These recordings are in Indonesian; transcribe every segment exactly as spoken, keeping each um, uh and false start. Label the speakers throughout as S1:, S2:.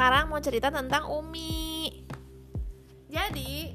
S1: sekarang mau cerita tentang Umi. Jadi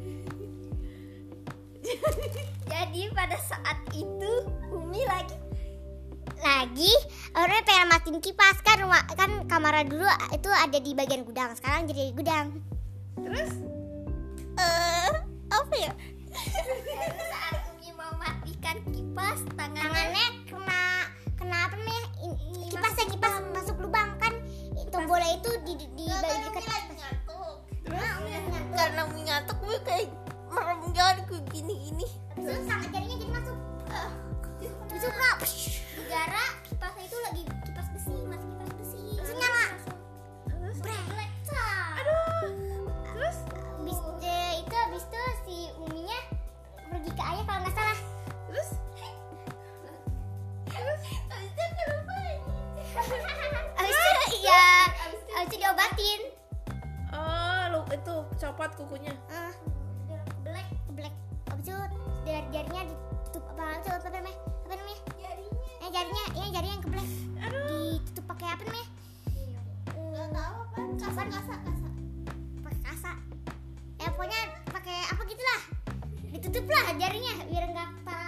S2: Jadi pada saat itu Umi lagi lagi orangnya pengen matiin kipas kan, rumah kan kamar dulu itu ada di bagian gudang, sekarang jadi gudang.
S1: terus
S2: Eh apa ya? Lalu saat Umi mau matikan kipas, tangannya, tangannya kena kena apa namanya? In- kipasnya kipas masuk lubang kan, tombolnya itu di di, di bagian dekat kipas. Nah, Umi lagi ngantuk.
S3: Karena Umi ngantuk, Umi kayak merem jariku gini-gini.
S2: Terus tangan jarinya jadi masuk. Masuk kak. Gara kipasnya itu lagi kipas besi, masih kipas besi. Terus nyala.
S1: terus
S2: Brek.
S1: aduh terus
S2: Habis eh, itu habis itu si Uminya pergi ke ayah kalau nggak salah.
S1: terus
S2: Habis itu kenapa? Habis itu ya, habis itu diobatin.
S1: oh lu itu copot kukunya.
S2: Ah, black, black. Habis itu jari- jarinya ditutup apa itu apa namanya? Apa namanya? Jarinya. Eh jarinya, ya jarinya yang keblek. Ditutup pakai apa namanya? Enggak tahu apa. Kasa, kasa, kasa. Pakai kasa. Ya pokoknya pakai apa gitulah. Ditutup lah jarinya biar enggak parah